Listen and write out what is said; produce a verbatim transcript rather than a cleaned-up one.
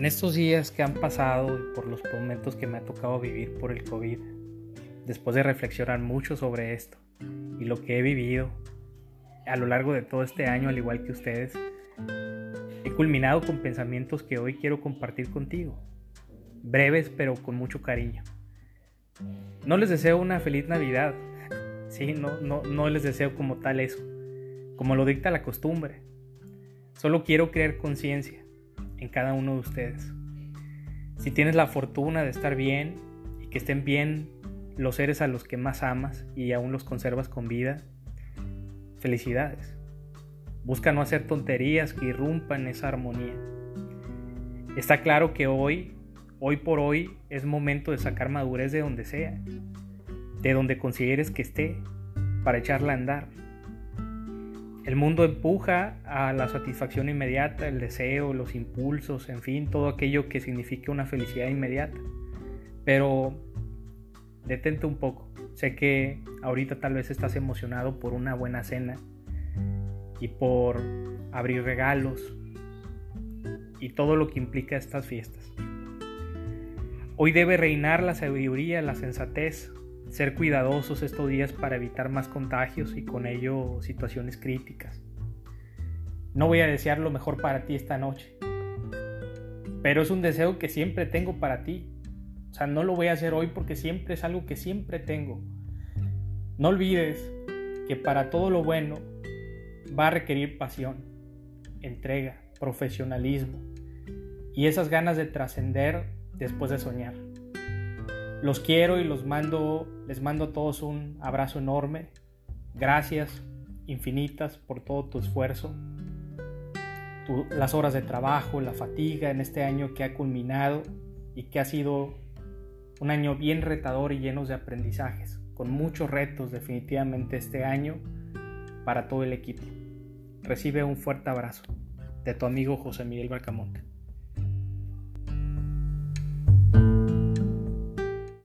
estos días que han pasado y por los momentos que me ha tocado vivir por el COVID, después de reflexionar mucho sobre esto y lo que he vivido a lo largo de todo este año, al igual que ustedes, he culminado con pensamientos que hoy quiero compartir contigo, breves pero con mucho cariño. No les deseo una feliz Navidad, sí, no, no, no les deseo como tal eso, como lo dicta la costumbre. Solo quiero crear conciencia en cada uno de ustedes. Si tienes la fortuna de estar bien y que estén bien los seres a los que más amas y aún los conservas con vida, felicidades. Busca no hacer tonterías que irrumpan esa armonía. Está claro que hoy, hoy por hoy, es momento de sacar madurez de donde sea, de donde consideres que esté, para echarla a andar. El mundo empuja a la satisfacción inmediata, el deseo, los impulsos, en fin, todo aquello que signifique una felicidad inmediata. Pero detente un poco. Sé que ahorita tal vez estás emocionado por una buena cena y por abrir regalos y todo lo que implica estas fiestas. Hoy debe reinar la sabiduría, la sensatez, ser cuidadosos estos días para evitar más contagios y con ello situaciones críticas. No voy a desear lo mejor para ti esta noche, pero es un deseo que siempre tengo para ti. O sea, no lo voy a hacer hoy porque siempre es algo que siempre tengo. No olvides que para todo lo bueno va a requerir pasión, entrega, profesionalismo y esas ganas de trascender después de soñar. Los quiero y los mando, les mando a todos un abrazo enorme. Gracias infinitas por todo tu esfuerzo, tu, las horas de trabajo, la fatiga en este año que ha culminado y que ha sido un año bien retador y lleno de aprendizajes, con muchos retos definitivamente este año para todo el equipo. Recibe un fuerte abrazo de tu amigo José Miguel Bracamonte.